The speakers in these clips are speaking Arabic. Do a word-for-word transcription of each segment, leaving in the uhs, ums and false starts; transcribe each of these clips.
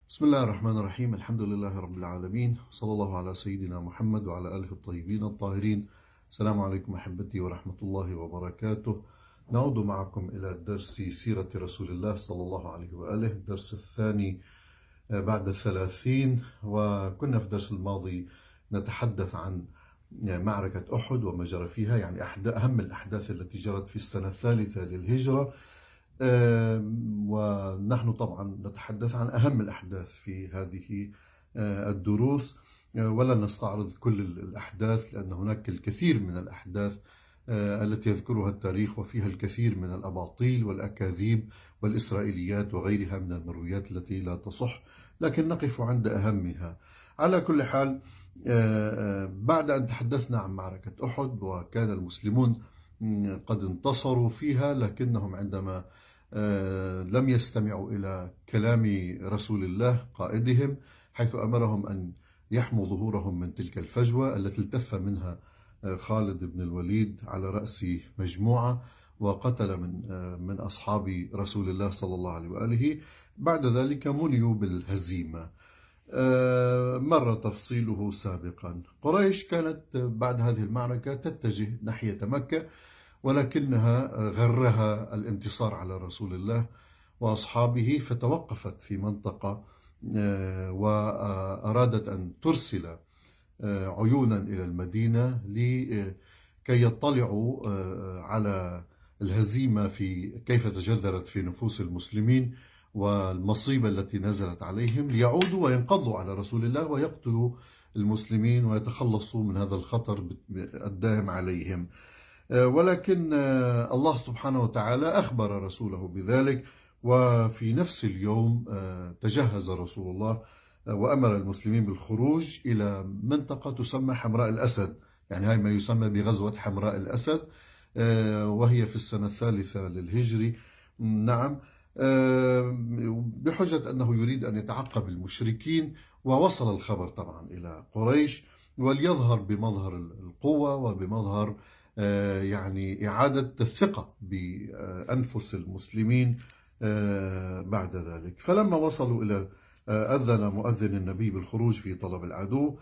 بسم الله الرحمن الرحيم. الحمد لله رب العالمين، صلى الله على سيدنا محمد وعلى آله الطيبين الطاهرين. السلام عليكم أحبتي ورحمة الله وبركاته. نعود معكم إلى درس سيرة رسول الله صلى الله عليه وآله، الدرس الثاني بعد الثلاثين. وكنا في الدرس الماضي نتحدث عن معركة أحد وما جرى فيها، يعني أهم الأحداث التي جرت في السنة الثالثة للهجرة. ونحن طبعا نتحدث عن أهم الأحداث في هذه الدروس، ولن نستعرض كل الأحداث لأن هناك الكثير من الأحداث التي يذكرها التاريخ وفيها الكثير من الأباطيل والأكاذيب والإسرائيليات وغيرها من المرويات التي لا تصح، لكن نقف عند أهمها. على كل حال، بعد أن تحدثنا عن معركة أحد وكان المسلمون قد انتصروا فيها، لكنهم عندما لم يستمعوا إلى كلام رسول الله قائدهم حيث أمرهم أن يحموا ظهورهم من تلك الفجوة التي التف منها خالد بن الوليد على رأس مجموعة وقتل من من أصحاب رسول الله صلى الله عليه وآله. بعد ذلك منيوا بالهزيمة. مر تفصيله سابقا. قريش كانت بعد هذه المعركة تتجه ناحية مكة، ولكنها غرها الانتصار على رسول الله وأصحابه، فتوقفت في منطقة وأرادت أن ترسل عيونا إلى المدينة لكي يطلعوا على الهزيمة في كيف تجذرت في نفوس المسلمين والمصيبة التي نزلت عليهم، ليعودوا وينقضوا على رسول الله ويقتلوا المسلمين ويتخلصوا من هذا الخطر الداهم عليهم. ولكن الله سبحانه وتعالى أخبر رسوله بذلك، وفي نفس اليوم تجهز رسول الله وأمر المسلمين بالخروج إلى منطقة تسمى حمراء الأسد، يعني هاي ما يسمى بغزوة حمراء الأسد، وهي في السنة الثالثة للهجري. نعم، بحجة أنه يريد أن يتعقب المشركين، ووصل الخبر طبعا إلى قريش وليظهر بمظهر القوة وبمظهر يعني إعادة الثقة بأنفس المسلمين بعد ذلك. فلما وصلوا إلى أذن مؤذن النبي بالخروج في طلب العدو،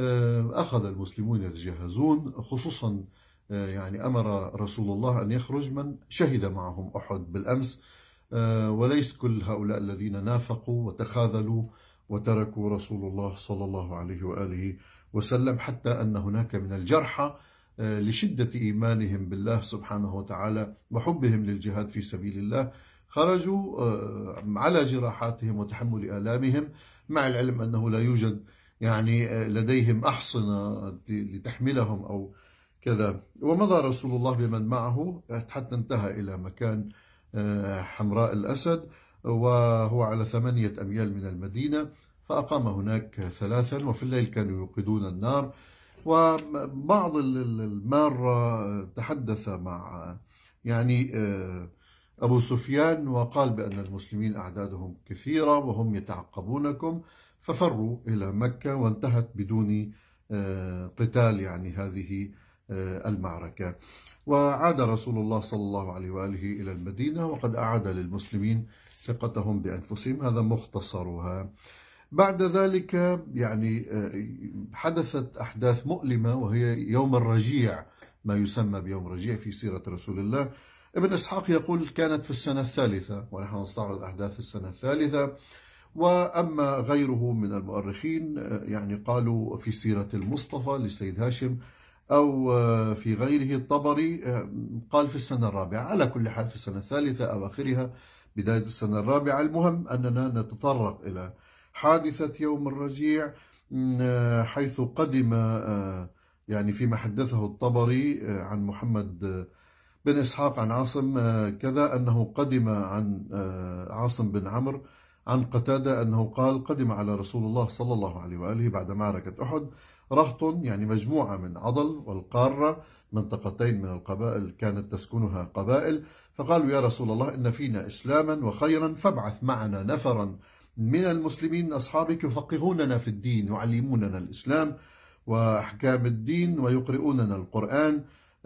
أخذ المسلمون يتجهزون، خصوصا يعني أمر رسول الله أن يخرج من شهد معهم أحد بالأمس، وليس كل هؤلاء الذين نافقوا وتخاذلوا وتركوا رسول الله صلى الله عليه وآله وسلم، حتى أن هناك من الجرحى لشدة إيمانهم بالله سبحانه وتعالى وحبهم للجهاد في سبيل الله خرجوا على جراحاتهم وتحمل آلامهم، مع العلم أنه لا يوجد يعني لديهم أحصنة لتحملهم أو كذا. ومضى رسول الله بمن معه حتى انتهى إلى مكان حمراء الأسد، وهو على ثمانية أميال من المدينة، فأقام هناك ثلاثا، وفي الليل كانوا يوقدون النار. وبعض المارة تحدث مع يعني أبو سفيان وقال بأن المسلمين أعدادهم كثيرة وهم يتعقبونكم، ففروا إلى مكة وانتهت بدون قتال يعني هذه المعركة. وعاد رسول الله صلى الله عليه وآله إلى المدينة وقد أعاد للمسلمين ثقتهم بأنفسهم. هذا مختصرها. بعد ذلك يعني حدثت أحداث مؤلمة، وهي يوم الرجيع، ما يسمى بيوم الرجيع في سيرة رسول الله. ابن إسحاق يقول كانت في السنة الثالثة، ونحن نستعرض أحداث السنة الثالثة. وأما غيره من المؤرخين يعني قالوا في سيرة المصطفى لسيد هاشم، أو في غيره الطبري قال في السنة الرابعة. على كل حال في السنة الثالثة أو آخرها بداية السنة الرابعة. المهم أننا نتطرق إلى حادثة يوم الرجيع، حيث قدم يعني فيما حدثه الطبري عن محمد بن إسحاق عن عاصم كذا، أنه قدم عن عاصم بن عمرو عن قتادة أنه قال قدم على رسول الله صلى الله عليه وآله بعد معركة أحد رهط، يعني مجموعة من عضل والقارة، منطقتين من القبائل كانت تسكنها قبائل، فقالوا يا رسول الله إن فينا إسلاما وخيرا، فابعث معنا نفرا من المسلمين أصحابك يفقهوننا في الدين، يعلموننا الإسلام وأحكام الدين ويقرؤوننا القرآن.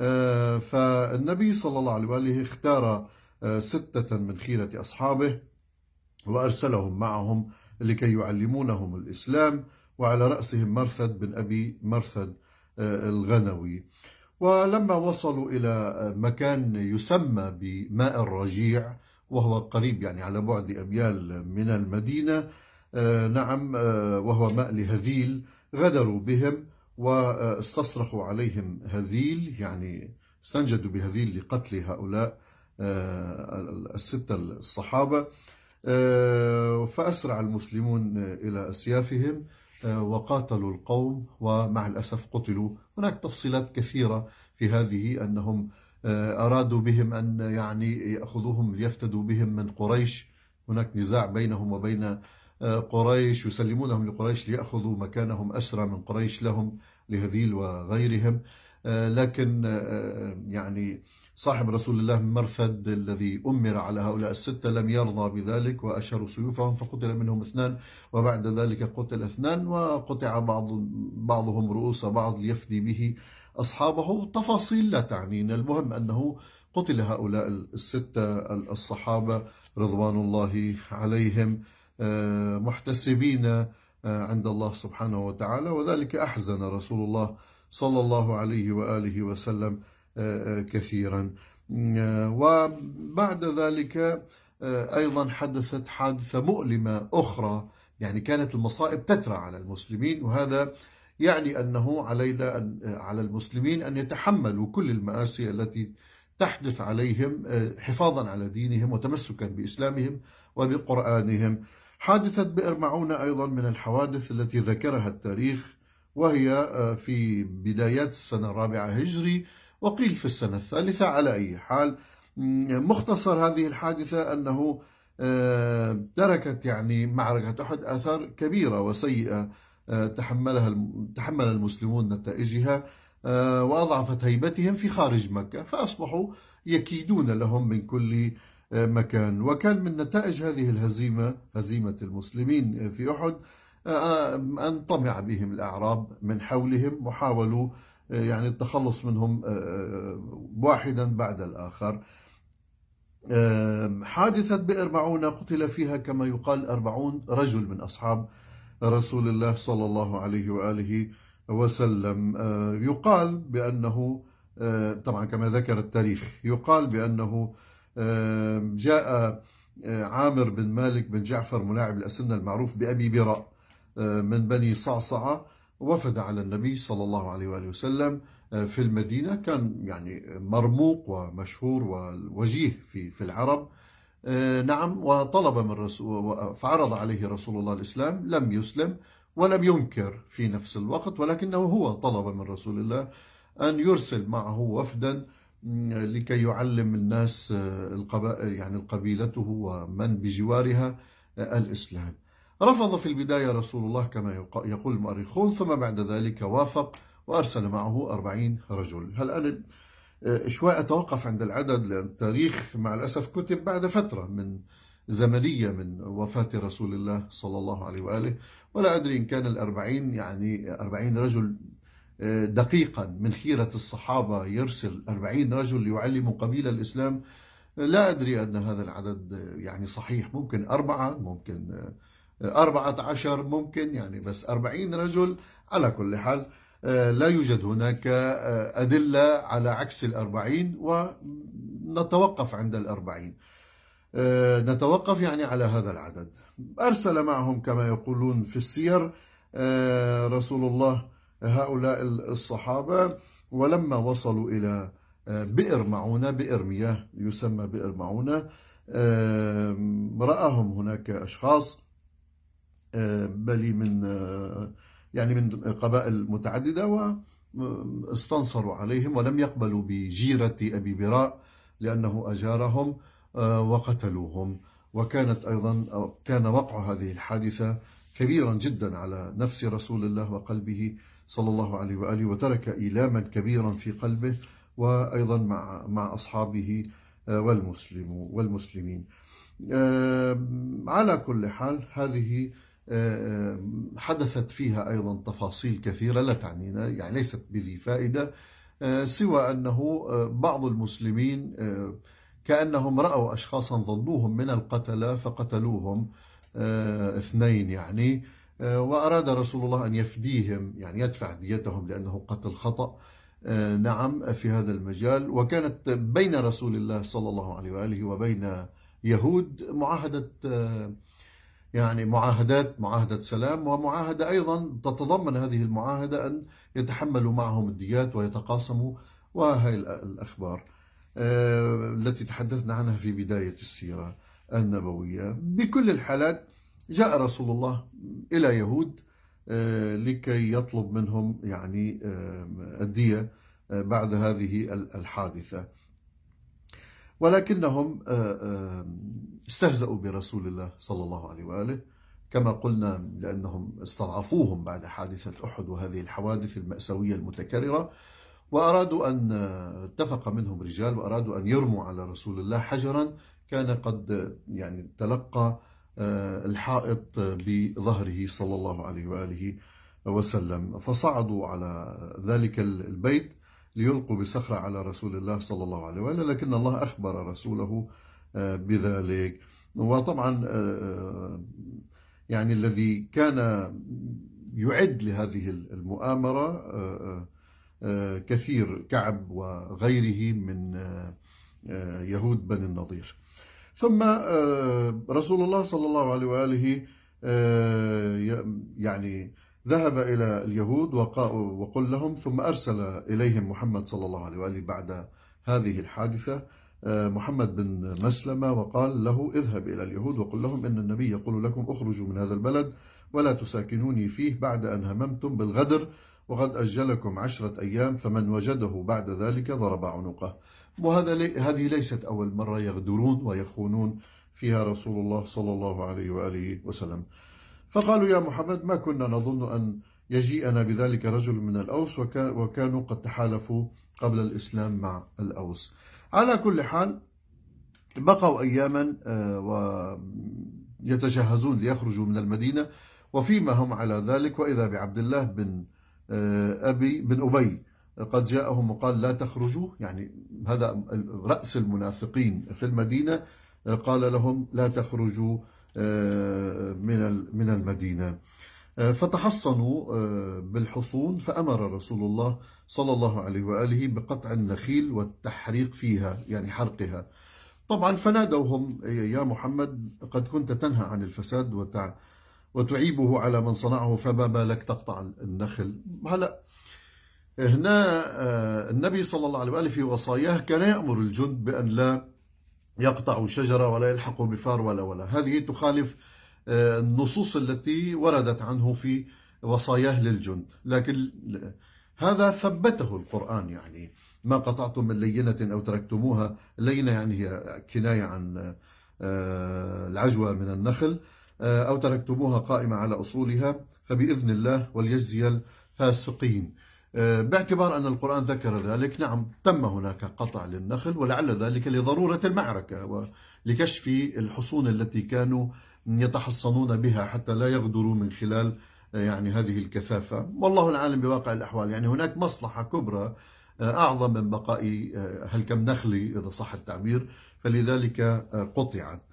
فالنبي صلى الله عليه وآله اختار ستة من خيرة أصحابه وأرسلهم معهم لكي يعلمونهم الإسلام، وعلى رأسهم مرثد بن أبي مرثد الغنوي. ولما وصلوا إلى مكان يسمى بماء الرجيع، وهو قريب يعني على بعد أميال من المدينة، نعم، وهو ماء لهذيل، غدروا بهم واستصرخوا عليهم هذيل، يعني استنجدوا بهذيل لقتل هؤلاء الستة الصحابة. فأسرع المسلمون إلى أسيافهم وقاتلوا القوم، ومع الأسف قتلوا. هناك تفصيلات كثيرة في هذه، أنهم أرادوا بهم أن يعني يأخذوهم ليفتدوا بهم من قريش. هناك نزاع بينهم وبين قريش، يسلمونهم لقريش ليأخذوا مكانهم أسرى من قريش لهم، لهذيل وغيرهم. لكن يعني صاحب رسول الله مرثد الذي أمر على هؤلاء الستة لم يرضى بذلك، وأشروا سيوفهم فقتل منهم اثنان، وبعد ذلك قتل اثنان، وقطع بعض بعضهم رؤوس بعض ليفدي به أصحابه. تفاصيل لا تعنينا، المهم أنه قتل هؤلاء الستة الصحابة رضوان الله عليهم محتسبين عند الله سبحانه وتعالى، وذلك أحزن رسول الله صلى الله عليه وآله وسلم كثيرا. وبعد ذلك أيضا حدثت حادثة مؤلمة أخرى، يعني كانت المصائب تترى على المسلمين، وهذا يعني أنه علينا أن على المسلمين أن يتحملوا كل المآسي التي تحدث عليهم حفاظا على دينهم وتمسكا بإسلامهم وبقرآنهم. حادثة بئر معونة أيضا من الحوادث التي ذكرها التاريخ، وهي في بدايات السنة الرابعة هجري، وقيل في السنة الثالثة. على أي حال، مختصر هذه الحادثة أنه تركت يعني معركة أحد آثار كبيرة وسيئة تحملها تحمل المسلمون نتائجها، وأضعفت هيبتهم في خارج مكة، فأصبحوا يكيدون لهم من كل مكان. وكان من نتائج هذه الهزيمة، هزيمة المسلمين في أحد، أن طمع بهم الأعراب من حولهم، وحاولوا يعني التخلص منهم واحدا بعد الآخر. حادثة بئر معونة قتل فيها كما يقال أربعون رجل من أصحاب رسول الله صلى الله عليه وآله وسلم. يقال بأنه، طبعا كما ذكر التاريخ، يقال بأنه جاء عامر بن مالك بن جعفر ملاعب الأسنة المعروف بأبي براء من بني صعصعة، وفد على النبي صلى الله عليه وآله وسلم في المدينة. كان يعني مرموق ومشهور ووجيه في في العرب، نعم، وطلب من رسول فعرض عليه رسول الله الإسلام، لم يسلم ولم ينكر في نفس الوقت، ولكنه هو طلب من رسول الله أن يرسل معه وفدا لكي يعلم الناس القبائل، يعني قبيلته ومن بجوارها، الإسلام. رفض في البداية رسول الله كما يقول المؤرخون، ثم بعد ذلك وافق وأرسل معه أربعين رجل. هل أنا شوي أتوقف عند العدد، لأن التاريخ مع الأسف كتب بعد فترة من زمنية من وفاة رسول الله صلى الله عليه وآله، ولا أدري إن كان الأربعين يعني أربعين رجل دقيقا من خيرة الصحابة يرسل أربعين رجل ليعلموا قبيلة الإسلام. لا أدري أن هذا العدد يعني صحيح، ممكن أربعة، ممكن أربعة عشر، ممكن يعني، بس أربعين رجل. على كل حال لا يوجد هناك أدلة على عكس الأربعين، ونتوقف عند الأربعين، نتوقف يعني على هذا العدد. أرسل معهم كما يقولون في السير رسول الله هؤلاء الصحابة، ولما وصلوا إلى بئر معونة، بئر مياه يسمى بئر معونة، رآهم هناك أشخاص بل من يعني من قبائل متعددة، واستنصروا عليهم ولم يقبلوا بجيرة أبي براء لأنه أجارهم وقتلوهم. وكانت أيضا كان وقع هذه الحادثة كبيرا جدا على نفس رسول الله وقلبه صلى الله عليه وآله، وترك إيلاما كبيرا في قلبه، وأيضا مع مع أصحابه والمسلم والمسلمين. على كل حال، هذه حدثت فيها أيضا تفاصيل كثيرة لا تعنينا، يعني ليست بذي فائدة، سوى أنه بعض المسلمين كأنهم رأوا أشخاصا ظنوهم من القتلة فقتلوهم، اثنين يعني. وأراد رسول الله أن يفديهم، يعني يدفع ديتهم لأنه قتل خطأ. نعم في هذا المجال. وكانت بين رسول الله صلى الله عليه وآله وبين يهود معاهدة، يعني معاهدات معاهدة سلام، ومعاهدة أيضا تتضمن هذه المعاهدة أن يتحملوا معهم الديات ويتقاسموا، وهي الأخبار التي تحدثنا عنها في بداية السيرة النبوية. بكل الحالات جاء رسول الله إلى يهود لكي يطلب منهم يعني الدية بعد هذه الحادثة، ولكنهم استهزأوا برسول الله صلى الله عليه وآله كما قلنا، لأنهم استضعفوهم بعد حادثة أحد وهذه الحوادث المأساوية المتكررة، وأرادوا أن اتفق منهم رجال وأرادوا أن يرموا على رسول الله حجرا كان قد يعني تلقى الحائط بظهره صلى الله عليه وآله وسلم. فصعدوا على ذلك البيت ليلقوا بصخرة على رسول الله صلى الله عليه وآله، لكن الله أخبر رسوله بذلك. وطبعا يعني الذي كان يعد لهذه المؤامرة كثير، كعب وغيره من يهود بني النضير. ثم رسول الله صلى الله عليه وآله يعني ذهب إلى اليهود وقل لهم، ثم أرسل إليهم محمد صلى الله عليه وآله بعد هذه الحادثة محمد بن مسلمة، وقال له: اذهب إلى اليهود وقل لهم إن النبي يقول لكم اخرجوا من هذا البلد ولا تساكنوني فيه بعد أن هممتم بالغدر، وقد أجلكم عشرة أيام، فمن وجده بعد ذلك ضرب عنقه. وهذا لي هذه ليست أول مرة يغدرون ويخونون فيها رسول الله صلى الله عليه وآله وسلم. فقالوا: يا محمد، ما كنا نظن أن يجيئنا بذلك رجل من الأوس، وكانوا قد تحالفوا قبل الإسلام مع الأوس. على كل حال بقوا أياما ويتجهزون ليخرجوا من المدينة، وفيما هم على ذلك وإذا بعبد الله بن أبي بن أبي قد جاءهم وقال: لا تخرجوا، يعني هذا رأس المنافقين في المدينة، قال لهم: لا تخرجوا من من المدينة. فتحصنوا بالحصون، فأمر رسول الله صلى الله عليه وآله بقطع النخيل والتحريق فيها، يعني حرقها. طبعا فنادوهم: يا محمد، قد كنت تنهى عن الفساد وتع وتعيبه على من صنعه، فما بالك تقطع النخل؟ هلا هنا النبي صلى الله عليه وآله في وصاياه كان يأمر الجند بأن لا يقطعوا شجرة ولا يلحقوا بفار ولا ولا هذه تخالف النصوص التي وردت عنه في وصاياه للجند، لكن هذا ثبته القرآن. يعني ما قطعتم من لينة أو تركتموها، اللينة يعني هي كناية عن العجوة من النخل، أو تركتموها قائمة على أصولها فبإذن الله وليجزي الفاسقين. باعتبار أن القرآن ذكر ذلك، نعم تم هناك قطع للنخل، ولعل ذلك لضرورة المعركة ولكشف الحصون التي كانوا يتحصنون بها حتى لا يغدروا من خلال يعني هذه الكثافة. والله العالم بواقع الأحوال، يعني هناك مصلحة كبرى أعظم من بقاء هالكم نخلي إذا صح التعبير، فلذلك قطعت.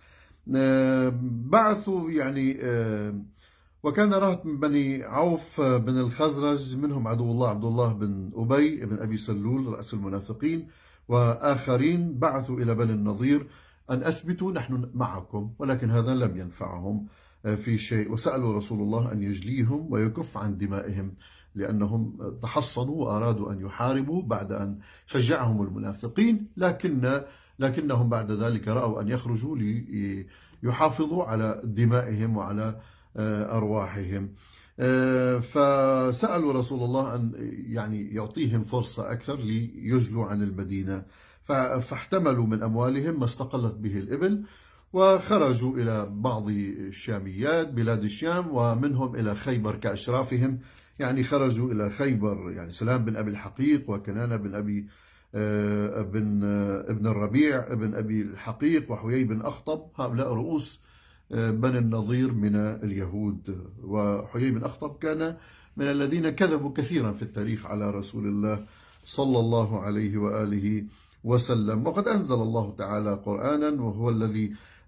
بعثوا يعني، وكان رهط من بني عوف بن الخزرج، منهم عدو الله عبد الله بن أبي بن أبي سلول رأس المنافقين، وآخرين بعثوا إلى بني النضير أن أثبتوا نحن معكم، ولكن هذا لم ينفعهم في شيء، وسألوا رسول الله أن يجليهم ويكف عن دمائهم، لأنهم تحصنوا وأرادوا أن يحاربوا بعد أن شجعهم المنافقين، لكن لكنهم بعد ذلك رأوا أن يخرجوا ليحافظوا على دمائهم وعلى أرواحهم. فسألوا رسول الله أن يعني يعطيهم فرصة أكثر ليجلوا عن المدينة، فاحتملوا من أموالهم ما استقلت به الإبل، وخرجوا إلى بعض الشاميات بلاد الشام، ومنهم إلى خيبر كأشرافهم، يعني خرجوا إلى خيبر، يعني سلام بن أبي الحقيق وكنانة بن أبي ابن ابن الربيع ابن أبي الحقيق وحيي بن أخطب، هؤلاء رؤوس بني النضير من اليهود. وحيي بن أخطب كان من الذين كذبوا كثيرا في التاريخ على رسول الله صلى الله عليه وآله وسلم. وقد أنزل الله تعالى قرآنا، وهو الذي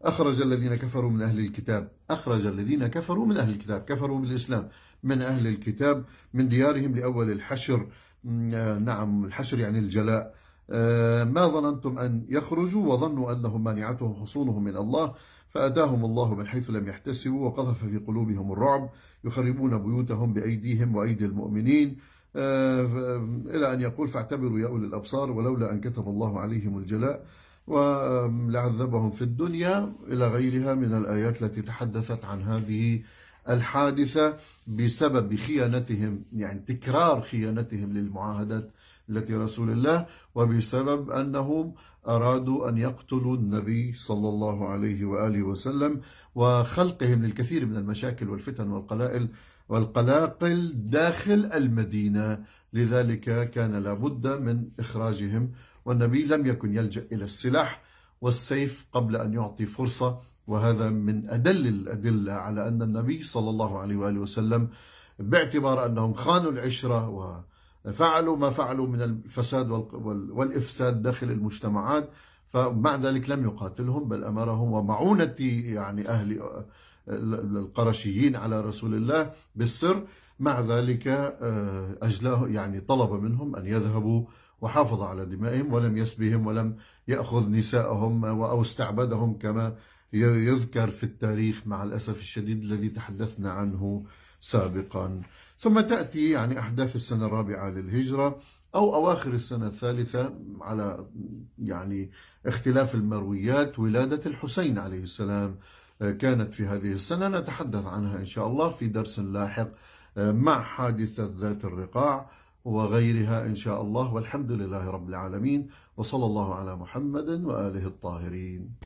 أخرج الذين كفروا من أهل الكتاب أخرج الذين كفروا من أهل الكتاب كفروا بالإسلام من أهل الكتاب من ديارهم لأول الحشر. نعم، الحشر يعني الجلاء. ما ظننتم أن يخرجوا وظنوا أنهم مانعتهم حصونهم من الله فأتاهم الله من حيث لم يحتسبوا وقذف في قلوبهم الرعب يخربون بيوتهم بأيديهم وأيدي المؤمنين إلى أن يقول فاعتبروا يا أولي الأبصار ولولا أن كتب الله عليهم الجلاء ولعذبهم في الدنيا إلى غيرها من الآيات التي تحدثت عن هذه الحادثة بسبب خيانتهم، يعني تكرار خيانتهم للمعاهدات التي رسول الله، وبسبب أنهم أرادوا أن يقتلوا النبي صلى الله عليه وآله وسلم وخلقهم للكثير من المشاكل والفتن والقلائل والقلاقل داخل المدينة. لذلك كان لابد من إخراجهم، والنبي لم يكن يلجأ إلى السلاح والسيف قبل أن يعطي فرصة. وهذا من أدل الأدلة على أن النبي صلى الله عليه وآله وسلم باعتبار أنهم خانوا العشرة وفعلوا ما فعلوا من الفساد والإفساد داخل المجتمعات، فمع ذلك لم يقاتلهم بل أمرهم ومعونة يعني أهل القرشيين على رسول الله بالسر. مع ذلك أجلاه يعني طلب منهم أن يذهبوا وحافظ على دمائهم ولم يسبهم ولم يأخذ نساءهم أو استعبدهم كما يذكر في التاريخ مع الأسف الشديد الذي تحدثنا عنه سابقا. ثم تأتي يعني أحداث السنة الرابعة للهجرة أو أواخر السنة الثالثة على يعني اختلاف المرويات. ولادة الحسين عليه السلام كانت في هذه السنة، نتحدث عنها إن شاء الله في درس لاحق مع حادثة ذات الرقاع وغيرها إن شاء الله. والحمد لله رب العالمين، وصلى الله على محمد وآله الطاهرين.